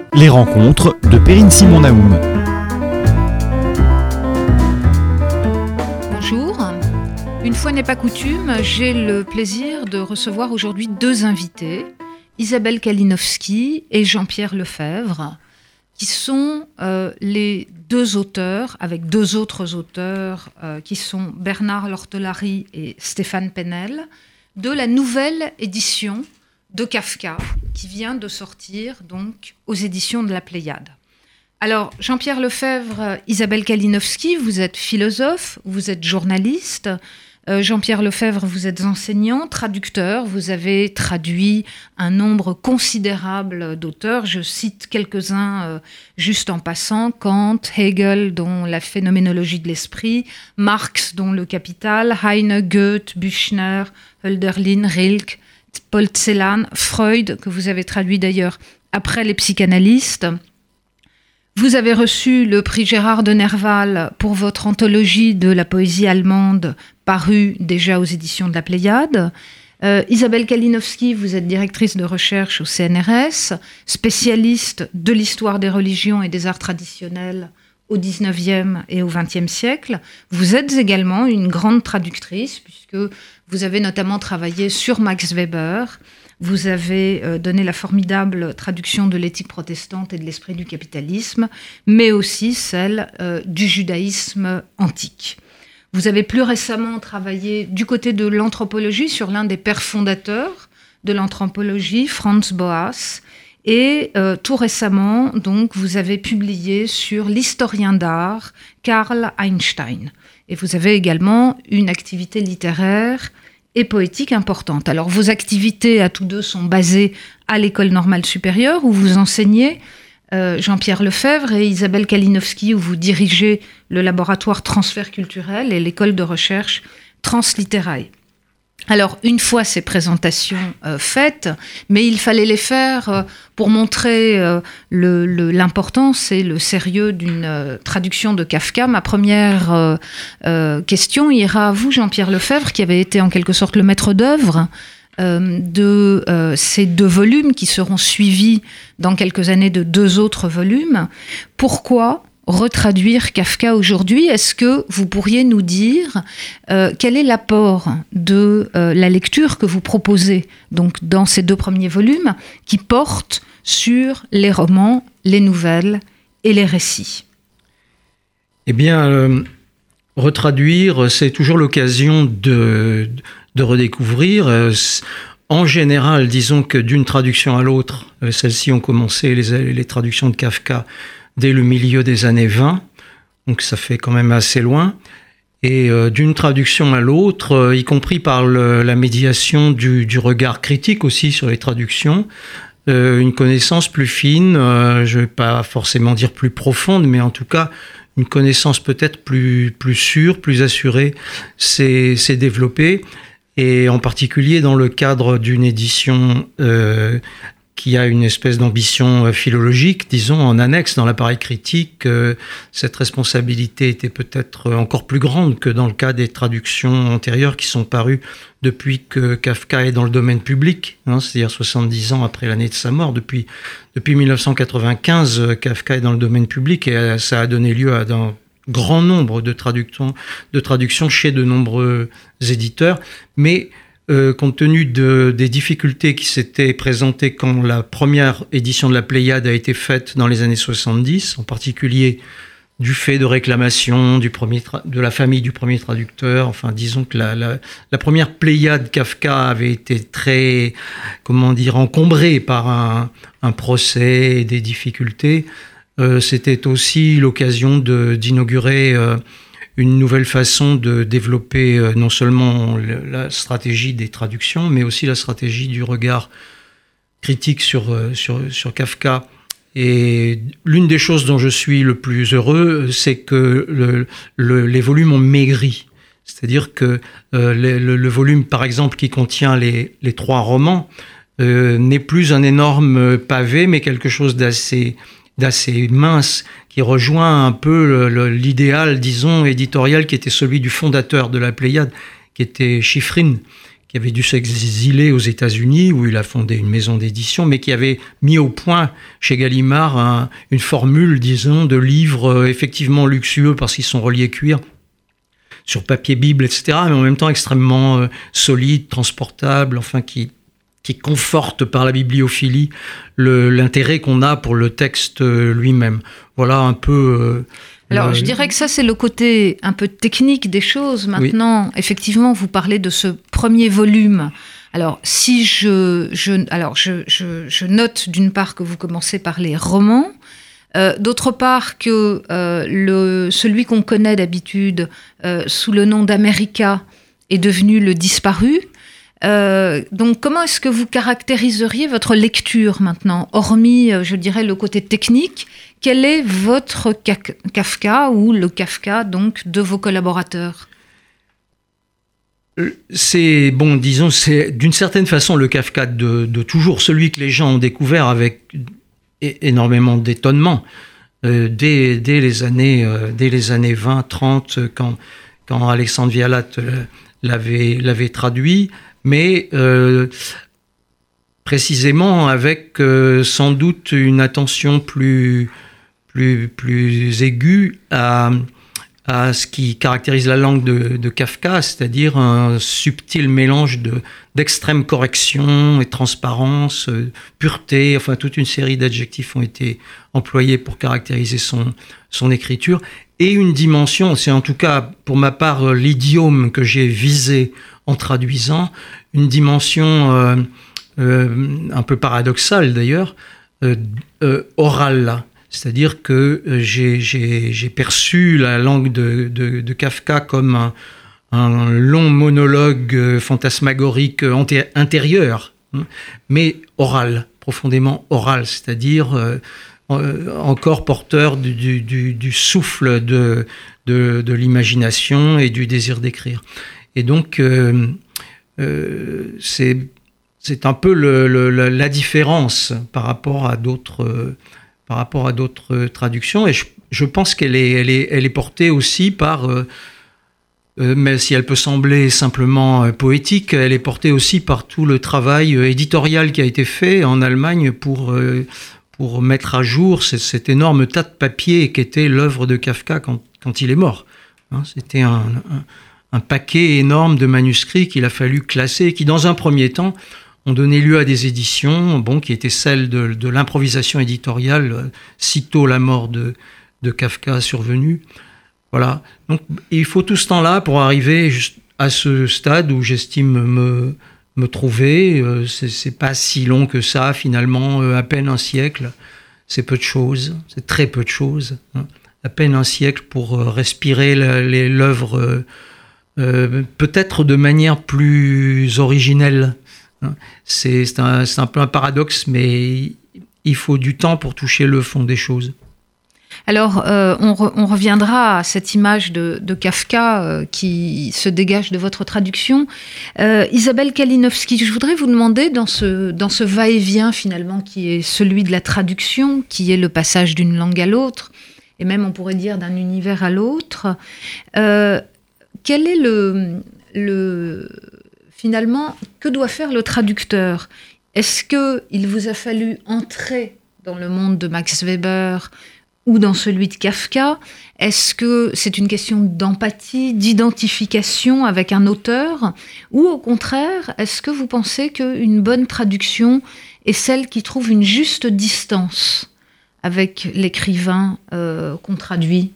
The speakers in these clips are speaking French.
Les rencontres de Perrine Simon-Naoum. Bonjour. Une fois n'est pas coutume, j'ai le plaisir de recevoir aujourd'hui deux invités, Isabelle Kalinowski et Jean-Pierre Lefebvre, qui sont les deux auteurs, avec deux autres auteurs qui sont Bernard Lortolari et Stéphane Penel, de la nouvelle édition de Kafka, qui vient de sortir donc aux éditions de la Pléiade. Alors, Jean-Pierre Lefebvre, Isabelle Kalinowski, vous êtes philosophe, vous êtes journaliste. Jean-Pierre Lefebvre, vous êtes enseignant, traducteur. Vous avez traduit un nombre considérable d'auteurs. Je cite quelques-uns juste en passant. Kant, Hegel, dont la phénoménologie de l'esprit, Marx, dont le Capital, Heine, Goethe, Büchner, Hölderlin, Rilke, Paul Celan, Freud, que vous avez traduit d'ailleurs après les psychanalystes. Vous avez reçu le prix Gérard de Nerval pour votre anthologie de la poésie allemande, parue déjà aux éditions de la Pléiade. Isabelle Kalinowski, vous êtes directrice de recherche au CNRS, spécialiste de l'histoire des religions et des arts traditionnels au XIXe et au XXe siècle. Vous êtes également une grande traductrice, puisque vous avez notamment travaillé sur Max Weber. Vous avez donné la formidable traduction de l'éthique protestante et de l'esprit du capitalisme, mais aussi celle du judaïsme antique. Vous avez plus récemment travaillé du côté de l'anthropologie sur l'un des pères fondateurs de l'anthropologie, Franz Boas, et tout récemment, donc, vous avez publié sur l'historien d'art Karl Einstein. Et vous avez également une activité littéraire et poétique importante. Alors, vos activités à tous deux sont basées à l'École normale supérieure, où vous enseignez, Jean-Pierre Lefebvre, et Isabelle Kalinowski, où vous dirigez le laboratoire transfert culturel et l'école de recherche Transliterae. Alors, une fois ces présentations faites, mais il fallait les faire pour montrer l'importance et le sérieux d'une traduction de Kafka. Ma première question ira à vous, Jean-Pierre Lefebvre, qui avait été en quelque sorte le maître d'œuvre de ces deux volumes qui seront suivis dans quelques années de deux autres volumes. Pourquoi retraduire Kafka aujourd'hui? Est-ce que vous pourriez nous dire quel est l'apport de la lecture que vous proposez donc, dans ces deux premiers volumes qui portent sur les romans, les nouvelles et les récits? Eh bien, retraduire, c'est toujours l'occasion de redécouvrir. En général, disons que d'une traduction à l'autre, celles-ci ont commencé, les traductions de Kafka, dès le milieu des années 20, donc ça fait quand même assez loin. Et d'une traduction à l'autre, y compris par la médiation du regard critique aussi sur les traductions, une connaissance plus fine, je ne vais pas forcément dire plus profonde, mais en tout cas une connaissance peut-être plus sûre, plus assurée s'est développée. Et en particulier dans le cadre d'une édition qui a une espèce d'ambition philologique, disons, en annexe dans l'appareil critique, cette responsabilité était peut-être encore plus grande que dans le cas des traductions antérieures qui sont parues depuis que Kafka est dans le domaine public, c'est-à-dire 70 ans après l'année de sa mort. Depuis 1995, Kafka est dans le domaine public et ça a donné lieu à un grand nombre de traductions chez de nombreux éditeurs, mais compte tenu des difficultés qui s'étaient présentées quand la première édition de la Pléiade a été faite dans les années 70, en particulier du fait de réclamations de la famille du premier traducteur, enfin disons que la première Pléiade Kafka avait été très, encombrée par un procès et des difficultés. C'était aussi l'occasion d'inaugurer une nouvelle façon de développer non seulement la stratégie des traductions, mais aussi la stratégie du regard critique sur Kafka. Et l'une des choses dont je suis le plus heureux, c'est que les volumes ont maigri. C'est-à-dire que le volume, par exemple, qui contient les trois romans, n'est plus un énorme pavé, mais quelque chose d'assez mince, qui rejoint un peu l'idéal, disons, éditorial qui était celui du fondateur de la Pléiade, qui était Shiffrin, qui avait dû s'exiler aux États-Unis, où il a fondé une maison d'édition, mais qui avait mis au point chez Gallimard une formule, disons, de livres effectivement luxueux parce qu'ils sont reliés cuir, sur papier Bible, etc., mais en même temps extrêmement solides, transportables, enfin qui conforte par la bibliophilie l'intérêt qu'on a pour le texte lui-même. Voilà un peu... Alors, je dirais que ça, c'est le côté un peu technique des choses. Maintenant, oui. Effectivement, vous parlez de ce premier volume. Alors, si je note d'une part que vous commencez par les romans, d'autre part que celui qu'on connaît d'habitude sous le nom d'America est devenu le disparu. Donc, comment est-ce que vous caractériseriez votre lecture maintenant, hormis, je dirais, le côté technique? Quel est votre Kafka ou le Kafka donc de vos collaborateurs? C'est bon, disons, c'est d'une certaine façon le Kafka de toujours, celui que les gens ont découvert avec énormément d'étonnement dès les années 20, 30, quand Alexandre Vialat l'avait traduit. Mais précisément avec sans doute une attention plus aiguë à ce qui caractérise la langue de Kafka, c'est-à-dire un subtil mélange d'extrême correction et transparence, pureté, enfin toute une série d'adjectifs ont été employés pour caractériser son écriture, et une dimension, c'est en tout cas pour ma part l'idiome que j'ai visé en traduisant, une dimension un peu paradoxale d'ailleurs, orale. C'est-à-dire que j'ai perçu la langue de Kafka comme un long monologue fantasmagorique intérieur, mais oral, profondément oral, c'est-à-dire encore porteur du souffle de l'imagination et du désir d'écrire. Et donc, c'est un peu la différence par rapport à d'autres traductions. Et je pense qu'elle est portée aussi par, même si elle peut sembler simplement poétique, elle est portée aussi par tout le travail éditorial qui a été fait en Allemagne pour mettre à jour cet énorme tas de papier qui était l'œuvre de Kafka quand il est mort. C'était un paquet énorme de manuscrits qu'il a fallu classer, qui dans un premier temps ont donné lieu à des éditions, qui étaient celles de l'improvisation éditoriale, sitôt la mort de Kafka survenue. Voilà. Donc il faut tout ce temps-là pour arriver à ce stade où j'estime me trouver. C'est pas si long que ça, finalement, à peine un siècle. C'est peu de choses, c'est très peu de choses. À peine un siècle pour respirer l'œuvre peut-être de manière plus originelle. C'est un peu un paradoxe, mais il faut du temps pour toucher le fond des choses. Alors, on reviendra à cette image de Kafka qui se dégage de votre traduction. Isabelle Kalinowski, je voudrais vous demander, dans ce va-et-vient finalement, qui est celui de la traduction, qui est le passage d'une langue à l'autre, et même on pourrait dire d'un univers à l'autre, quel est finalement, que doit faire le traducteur? Est-ce qu'il vous a fallu entrer dans le monde de Max Weber ou dans celui de Kafka? Est-ce que c'est une question d'empathie, d'identification avec un auteur? Ou au contraire, est-ce que vous pensez qu'une bonne traduction est celle qui trouve une juste distance avec l'écrivain qu'on traduit?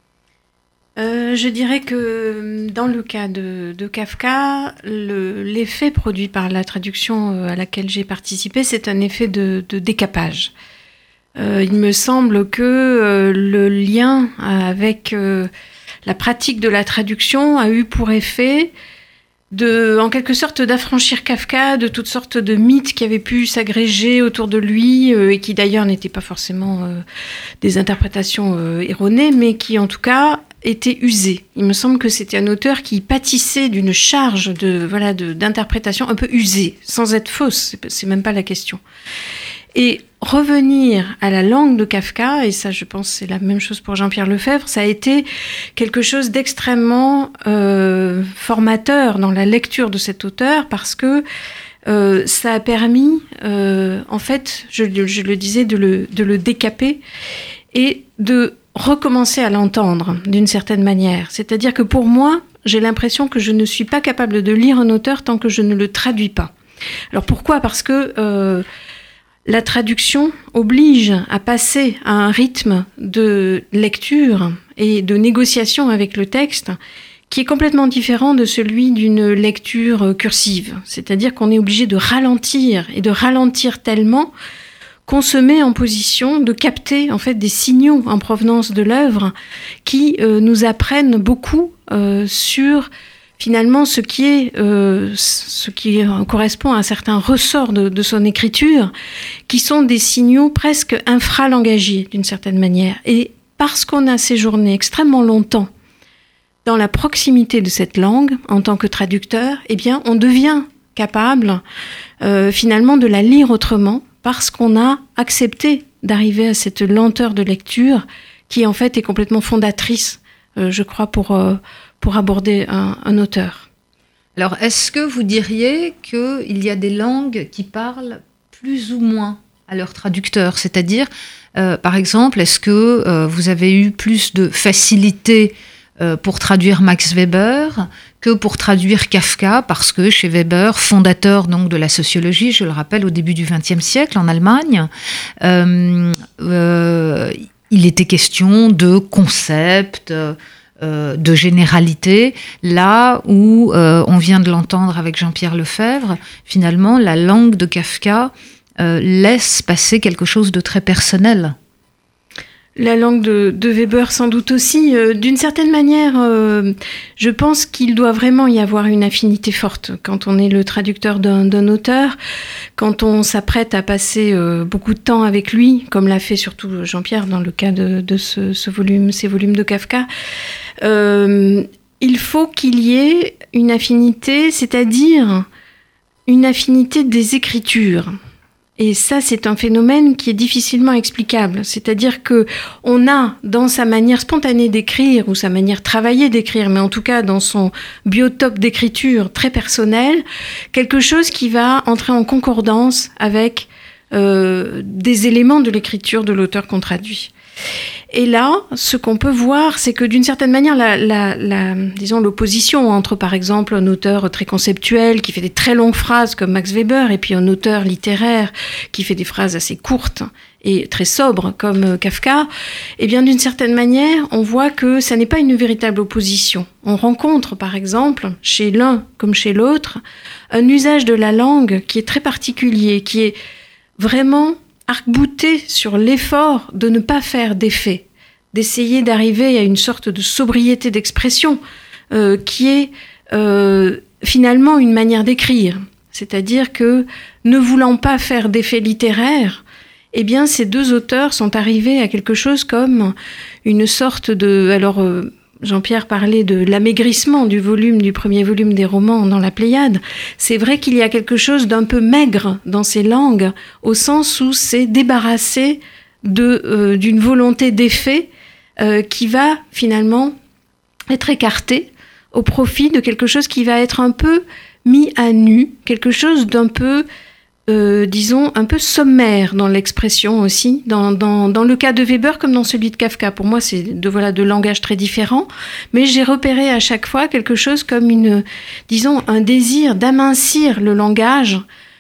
Je dirais que dans le cas de Kafka, l'effet produit par la traduction à laquelle j'ai participé, c'est un effet de décapage. Il me semble que le lien avec la pratique de la traduction a eu pour effet en quelque sorte d'affranchir Kafka de toutes sortes de mythes qui avaient pu s'agréger autour de lui et qui d'ailleurs n'étaient pas forcément des interprétations erronées, mais qui en tout cas étaient usés. Il me semble que c'était un auteur qui pâtissait d'une charge d'interprétation un peu usée, sans être fausse, c'est même pas la question. Et revenir à la langue de Kafka, et ça je pense c'est la même chose pour Jean-Pierre Lefebvre, ça a été quelque chose d'extrêmement formateur dans la lecture de cet auteur, parce que ça a permis, en fait, je le disais, de le décaper et de recommencer à l'entendre d'une certaine manière. C'est-à-dire que pour moi, j'ai l'impression que je ne suis pas capable de lire un auteur tant que je ne le traduis pas. Alors pourquoi ? Parce que la traduction oblige à passer à un rythme de lecture et de négociation avec le texte qui est complètement différent de celui d'une lecture cursive. C'est-à-dire qu'on est obligé de ralentir, et de ralentir tellement qu'on se met en position de capter en fait des signaux en provenance de l'œuvre qui nous apprennent beaucoup sur finalement ce qui correspond à un certain ressort de son écriture, qui sont des signaux presque infralangagiers d'une certaine manière. Et parce qu'on a séjourné extrêmement longtemps dans la proximité de cette langue en tant que traducteur, eh bien on devient capable finalement de la lire autrement, parce qu'on a accepté d'arriver à cette lenteur de lecture qui en fait est complètement fondatrice, je crois, pour aborder un auteur. Alors, est-ce que vous diriez qu'il y a des langues qui parlent plus ou moins à leurs traducteurs ? C'est-à-dire, par exemple, est-ce que vous avez eu plus de facilité pour traduire Max Weber que pour traduire Kafka, parce que chez Weber, fondateur donc de la sociologie, je le rappelle, au début du XXe siècle en Allemagne, il était question de concepts, de généralité, là où on vient de l'entendre avec Jean-Pierre Lefebvre, finalement la langue de Kafka laisse passer quelque chose de très personnel. La langue de Weber sans doute aussi. D'une certaine manière, je pense qu'il doit vraiment y avoir une affinité forte quand on est le traducteur d'un auteur, quand on s'apprête à passer beaucoup de temps avec lui, comme l'a fait surtout Jean-Pierre dans le cas de ces volumes de Kafka. Il faut qu'il y ait une affinité, c'est-à-dire une affinité des écritures. Et ça, c'est un phénomène qui est difficilement explicable. C'est-à-dire que on a, dans sa manière spontanée d'écrire, ou sa manière travaillée d'écrire, mais en tout cas dans son biotope d'écriture très personnel, quelque chose qui va entrer en concordance avec des éléments de l'écriture de l'auteur qu'on traduit. Et là, ce qu'on peut voir, c'est que d'une certaine manière, disons, l'opposition entre, par exemple, un auteur très conceptuel qui fait des très longues phrases comme Max Weber, et puis un auteur littéraire qui fait des phrases assez courtes et très sobres comme Kafka, eh bien, d'une certaine manière, on voit que ça n'est pas une véritable opposition. On rencontre, par exemple, chez l'un comme chez l'autre, un usage de la langue qui est très particulier, qui est vraiment arc-bouté sur l'effort de ne pas faire d'effet, d'essayer d'arriver à une sorte de sobriété d'expression qui est finalement une manière d'écrire. C'est-à-dire que, ne voulant pas faire d'effet littéraire, eh bien, ces deux auteurs sont arrivés à quelque chose comme une sorte de... Alors, Jean-Pierre parlait de l'amaigrissement du premier volume des romans dans la Pléiade. C'est vrai qu'il y a quelque chose d'un peu maigre dans ces langues, au sens où c'est débarrassé d'une volonté d'effet qui va finalement être écartée au profit de quelque chose qui va être un peu mis à nu, quelque chose d'un peu... disons, un peu sommaire dans l'expression aussi, dans le cas de Weber comme dans celui de Kafka. Pour moi, c'est deux langages très différents, mais j'ai repéré à chaque fois quelque chose comme un désir d'amincir le langage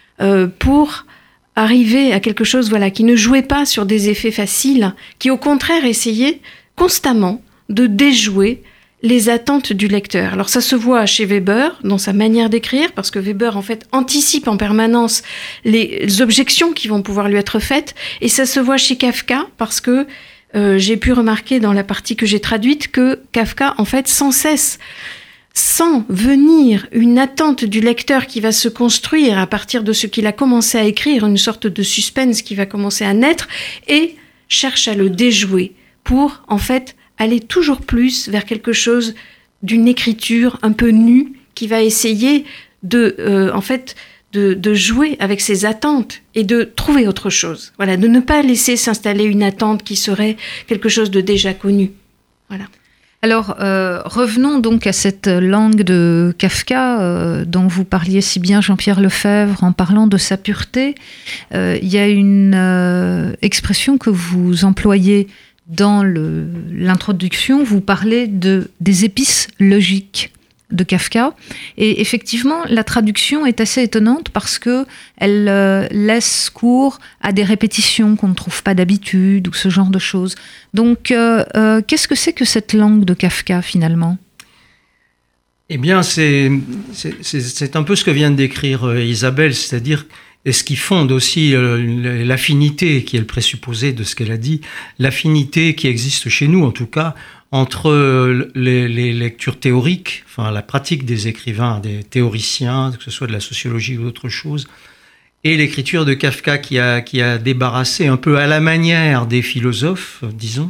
pour arriver à quelque chose qui ne jouait pas sur des effets faciles, qui au contraire essayait constamment de déjouer les attentes du lecteur. Alors ça se voit chez Weber dans sa manière d'écrire, parce que Weber en fait anticipe en permanence les objections qui vont pouvoir lui être faites, et ça se voit chez Kafka parce que j'ai pu remarquer dans la partie que j'ai traduite que Kafka en fait sans cesse sent venir une attente du lecteur qui va se construire à partir de ce qu'il a commencé à écrire, une sorte de suspense qui va commencer à naître, et cherche à le déjouer pour en fait aller toujours plus vers quelque chose d'une écriture un peu nue qui va essayer de de jouer avec ses attentes et de trouver autre chose. Voilà, de ne pas laisser s'installer une attente qui serait quelque chose de déjà connu. Voilà. Alors, revenons donc à cette langue de Kafka dont vous parliez si bien, Jean-Pierre Lefebvre, en parlant de sa pureté. Il y a une expression que vous employez dans l'introduction, vous parlez des épices logiques de Kafka. Et effectivement, la traduction est assez étonnante parce qu'elle laisse cours à des répétitions qu'on ne trouve pas d'habitude ou ce genre de choses. Donc, qu'est-ce que c'est que cette langue de Kafka, finalement ? Eh bien, c'est un peu ce que vient de décrire Isabelle, c'est-à-dire, et ce qui fonde aussi l'affinité, qui est le présupposé de ce qu'elle a dit, l'affinité qui existe chez nous, en tout cas, entre les lectures théoriques, enfin la pratique des écrivains, des théoriciens, que ce soit de la sociologie ou d'autre chose, et l'écriture de Kafka qui a débarrassé un peu à la manière des philosophes, disons,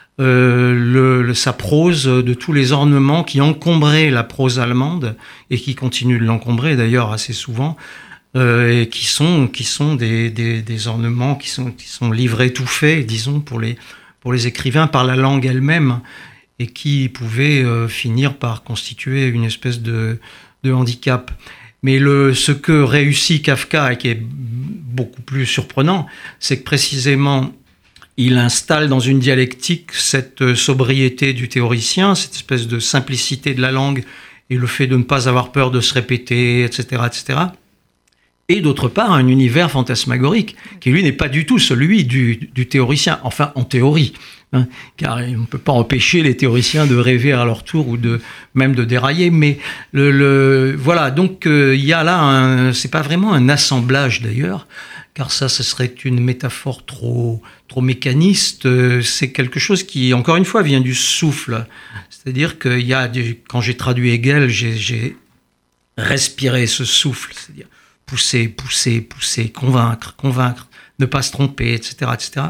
sa prose de tous les ornements qui encombraient la prose allemande et qui continuent de l'encombrer d'ailleurs assez souvent, et qui sont des ornements qui sont livrés tout faits, disons, pour les écrivains par la langue elle-même, et qui pouvaient finir par constituer une espèce de handicap. Mais ce que réussit Kafka, et qui est beaucoup plus surprenant, c'est que précisément, il installe dans une dialectique cette sobriété du théoricien, cette espèce de simplicité de la langue, et le fait de ne pas avoir peur de se répéter, etc., etc., et d'autre part, un univers fantasmagorique, qui lui n'est pas du tout celui du théoricien, enfin en théorie, hein, car on ne peut pas empêcher les théoriciens de rêver à leur tour ou même de dérailler, mais voilà, donc il y a là, c'est pas vraiment un assemblage d'ailleurs, car ça, ce serait une métaphore trop mécaniste, c'est quelque chose qui, encore une fois, vient du souffle, c'est-à-dire qu'il y a, quand j'ai traduit Hegel, j'ai respiré ce souffle, c'est-à-dire pousser, convaincre, ne pas se tromper, etc., etc.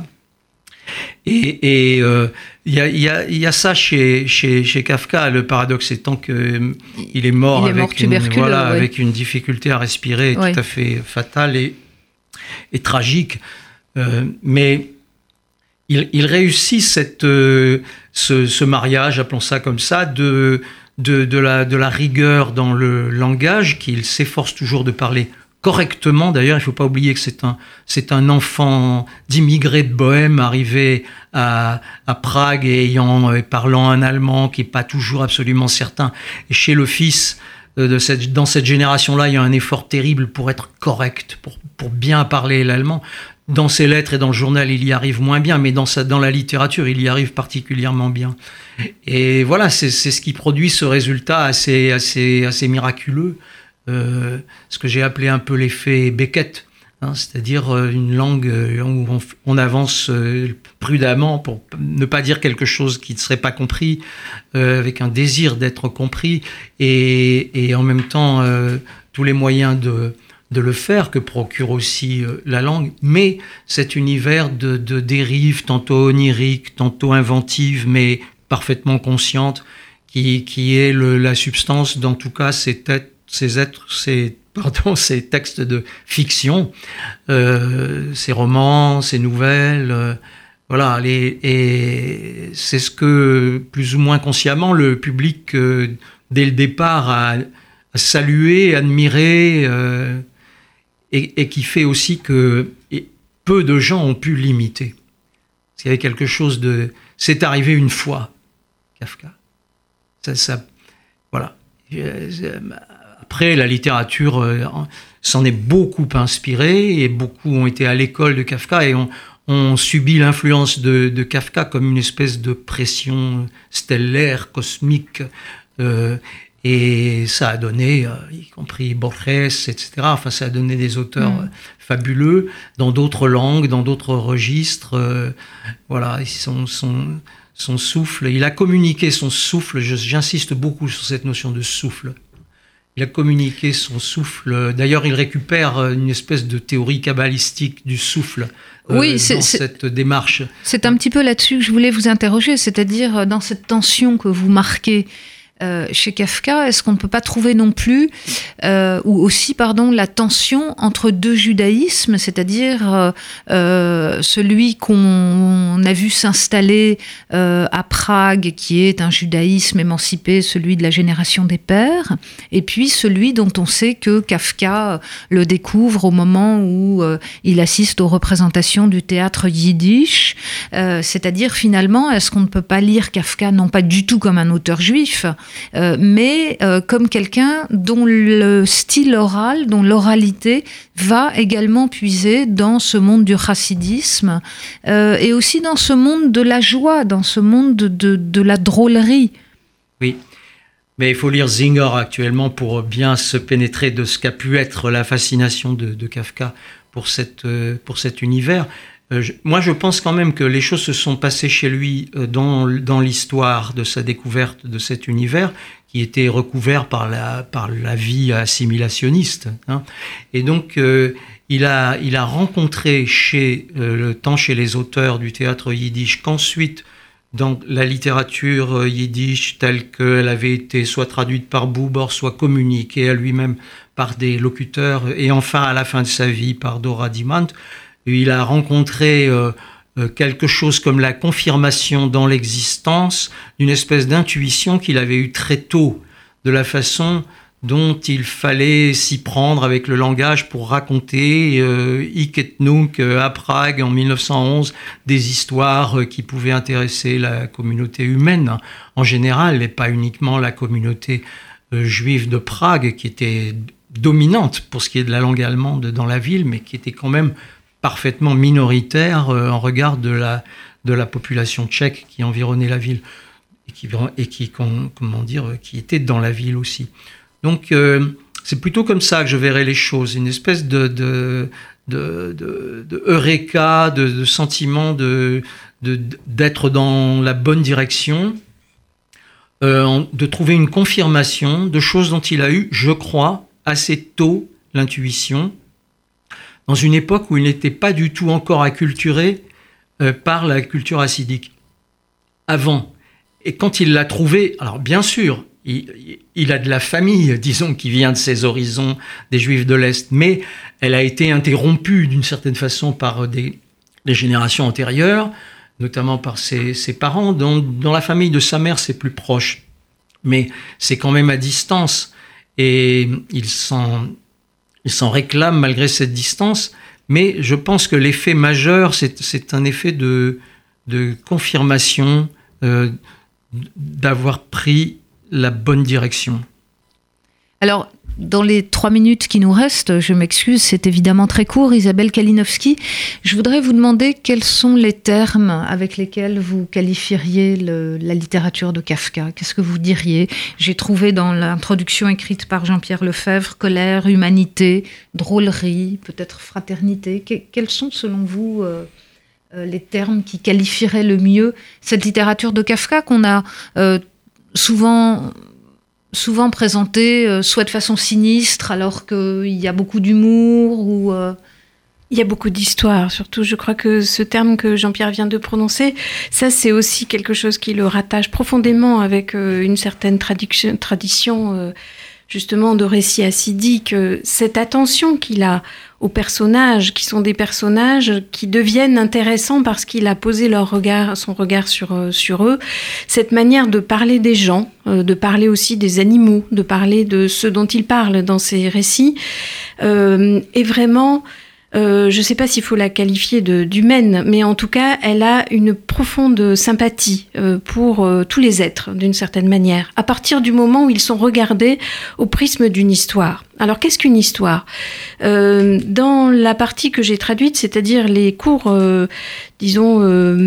Et il y a ça chez Kafka. Le paradoxe étant que il est mort avec une difficulté à respirer tout à fait fatale et tragique. Mais il réussit ce mariage, appelons ça comme ça, de la rigueur dans le langage qu'il s'efforce toujours de parler correctement. D'ailleurs, il ne faut pas oublier que c'est un enfant d'immigrés de Bohême arrivé à Prague et parlant un allemand qui n'est pas toujours absolument certain. Et chez le fils, dans cette génération-là, il y a un effort terrible pour être correct, pour bien parler l'allemand. Dans ses lettres et dans le journal, il y arrive moins bien, mais dans la littérature, il y arrive particulièrement bien. Et voilà, c'est ce qui produit ce résultat assez miraculeux, ce que j'ai appelé un peu l'effet Beckett, hein, c'est-à-dire une langue où on avance prudemment pour ne pas dire quelque chose qui ne serait pas compris, avec un désir d'être compris, et en même temps tous les moyens de le faire que procure aussi la langue, mais cet univers de dérive, tantôt onirique, tantôt inventive, mais parfaitement consciente, qui est la substance, dans tout cas, ces textes de fiction, ces romans, ces nouvelles, voilà, et c'est ce que, plus ou moins consciemment, le public, dès le départ, a salué, admiré, et qui fait aussi que peu de gens ont pu l'imiter. Parce qu'il y avait quelque chose de... C'est arrivé une fois, Kafka. Voilà. Après, la littérature s'en est beaucoup inspirée, et beaucoup ont été à l'école de Kafka, et ont subi l'influence de Kafka comme une espèce de pression stellaire, cosmique, et ça a donné, y compris Borges, etc., enfin, ça a donné des auteurs fabuleux dans d'autres langues, dans d'autres registres. Voilà, son souffle, il a communiqué son souffle, j'insiste beaucoup sur cette notion de souffle. Il a communiqué son souffle. D'ailleurs, il récupère une espèce de théorie kabbalistique du souffle dans cette démarche. C'est un petit peu là-dessus que je voulais vous interroger, c'est-à-dire dans cette tension que vous marquez chez Kafka, est-ce qu'on ne peut pas trouver non plus, la tension entre deux judaïsmes, c'est-à-dire celui qu'on a vu s'installer à Prague, qui est un judaïsme émancipé, celui de la génération des pères, et puis celui dont on sait que Kafka le découvre au moment où il assiste aux représentations du théâtre yiddish, c'est-à-dire finalement, est-ce qu'on ne peut pas lire Kafka non pas du tout comme un auteur juif, mais comme quelqu'un dont le style oral, dont l'oralité va également puiser dans ce monde du chassidisme et aussi dans ce monde de la joie, dans ce monde de la drôlerie. Oui, mais il faut lire Singer actuellement pour bien se pénétrer de ce qu'a pu être la fascination de Kafka pour cet univers. Moi, je pense quand même que les choses se sont passées chez lui dans l'histoire de sa découverte de cet univers qui était recouvert par la vie assimilationniste. Hein. Et donc, il a rencontré tant chez les auteurs du théâtre yiddish qu'ensuite dans la littérature yiddish telle qu'elle avait été soit traduite par Buber, soit communiquée à lui-même par des locuteurs, et enfin à la fin de sa vie par Dora Dimant. Il a rencontré quelque chose comme la confirmation dans l'existence d'une espèce d'intuition qu'il avait eue très tôt, de la façon dont il fallait s'y prendre avec le langage pour raconter hic et nunc à Prague en 1911 des histoires qui pouvaient intéresser la communauté humaine en général, et pas uniquement la communauté juive de Prague qui était dominante pour ce qui est de la langue allemande dans la ville, mais qui était quand même parfaitement minoritaire en regard de la population tchèque qui environnait la ville et qui était dans la ville aussi. Donc c'est plutôt comme ça que je verrais les choses, une espèce de eureka, de sentiment d'être dans la bonne direction, de trouver une confirmation de choses dont il a eu, je crois, assez tôt l'intuition, dans une époque où il n'était pas du tout encore acculturé par la culture hassidique. Avant. Et quand il l'a trouvé, alors bien sûr, il a de la famille, disons, qui vient de ces horizons des Juifs de l'Est, mais elle a été interrompue d'une certaine façon par des générations antérieures, notamment par ses parents. Dans la famille de sa mère, c'est plus proche, mais c'est quand même à distance. Et il s'en réclame malgré cette distance, mais je pense que l'effet majeur, c'est un effet de confirmation, d'avoir pris la bonne direction. Alors, dans les 3 minutes qui nous restent, je m'excuse, c'est évidemment très court, Isabelle Kalinowski, je voudrais vous demander quels sont les termes avec lesquels vous qualifieriez la littérature de Kafka. Qu'est-ce que vous diriez ? J'ai trouvé dans l'introduction écrite par Jean-Pierre Lefebvre, colère, humanité, drôlerie, peut-être fraternité. Quels sont selon vous les termes qui qualifieraient le mieux cette littérature de Kafka qu'on a souvent présenté soit de façon sinistre alors qu'il y a beaucoup d'humour ou Il y a beaucoup d'histoires, surtout je crois que ce terme que Jean-Pierre vient de prononcer, ça c'est aussi quelque chose qui le rattache profondément avec une certaine tradition justement de récit hassidique, cette attention qu'il a aux personnages, qui sont des personnages qui deviennent intéressants parce qu'il a posé son regard sur eux, cette manière de parler des gens, de parler aussi des animaux, de parler de ceux dont il parle dans ses récits, est vraiment... je ne sais pas s'il faut la qualifier d'humaine, mais en tout cas, elle a une profonde sympathie pour tous les êtres, d'une certaine manière, à partir du moment où ils sont regardés au prisme d'une histoire. Alors, qu'est-ce qu'une histoire ? Dans la partie que j'ai traduite, c'est-à-dire les cours, disons,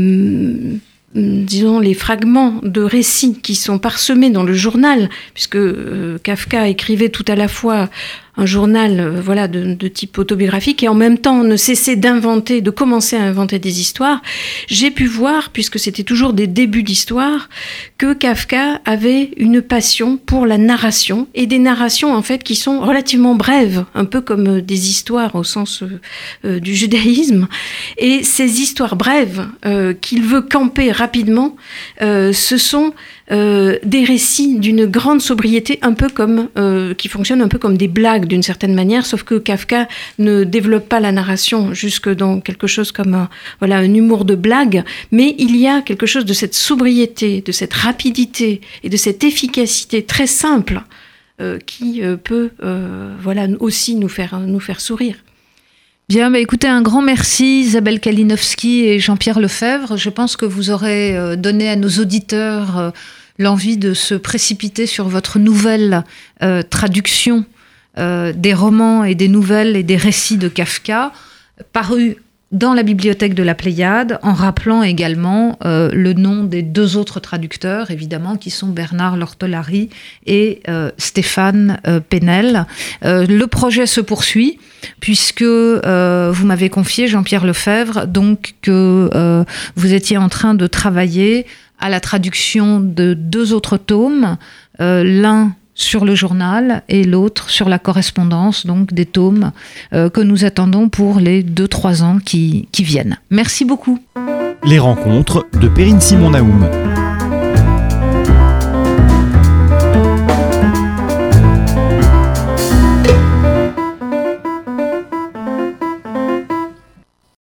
les fragments de récits qui sont parsemés dans le journal, puisque Kafka écrivait tout à la fois un journal de type autobiographique et en même temps ne cessait de commencer à inventer des histoires, j'ai pu voir, puisque c'était toujours des débuts d'histoire, que Kafka avait une passion pour la narration, et des narrations en fait qui sont relativement brèves, un peu comme des histoires au sens du judaïsme, et ces histoires brèves qu'il veut camper rapidement, ce sont des récits d'une grande sobriété, un peu comme qui fonctionnent un peu comme des blagues d'une certaine manière, sauf que Kafka ne développe pas la narration jusque dans quelque chose comme un humour de blague, mais il y a quelque chose de cette sobriété, de cette rapidité et de cette efficacité très simple qui peut aussi nous faire sourire. Bien, écoutez, un grand merci Isabelle Kalinowski et Jean-Pierre Lefebvre. Je pense que vous aurez donné à nos auditeurs l'envie de se précipiter sur votre nouvelle traduction des romans et des nouvelles et des récits de Kafka, parus dans la bibliothèque de la Pléiade, en rappelant également le nom des 2 autres traducteurs, évidemment, qui sont Bernard Lortolari et Stéphane Penel. Le projet se poursuit, puisque vous m'avez confié, Jean-Pierre Lefebvre, donc que vous étiez en train de travailler à la traduction de 2 autres tomes, l'un sur le journal et l'autre sur la correspondance, donc des tomes que nous attendons pour les 2-3 ans qui viennent. Merci beaucoup. Les rencontres de Perrine Simon-Naoum.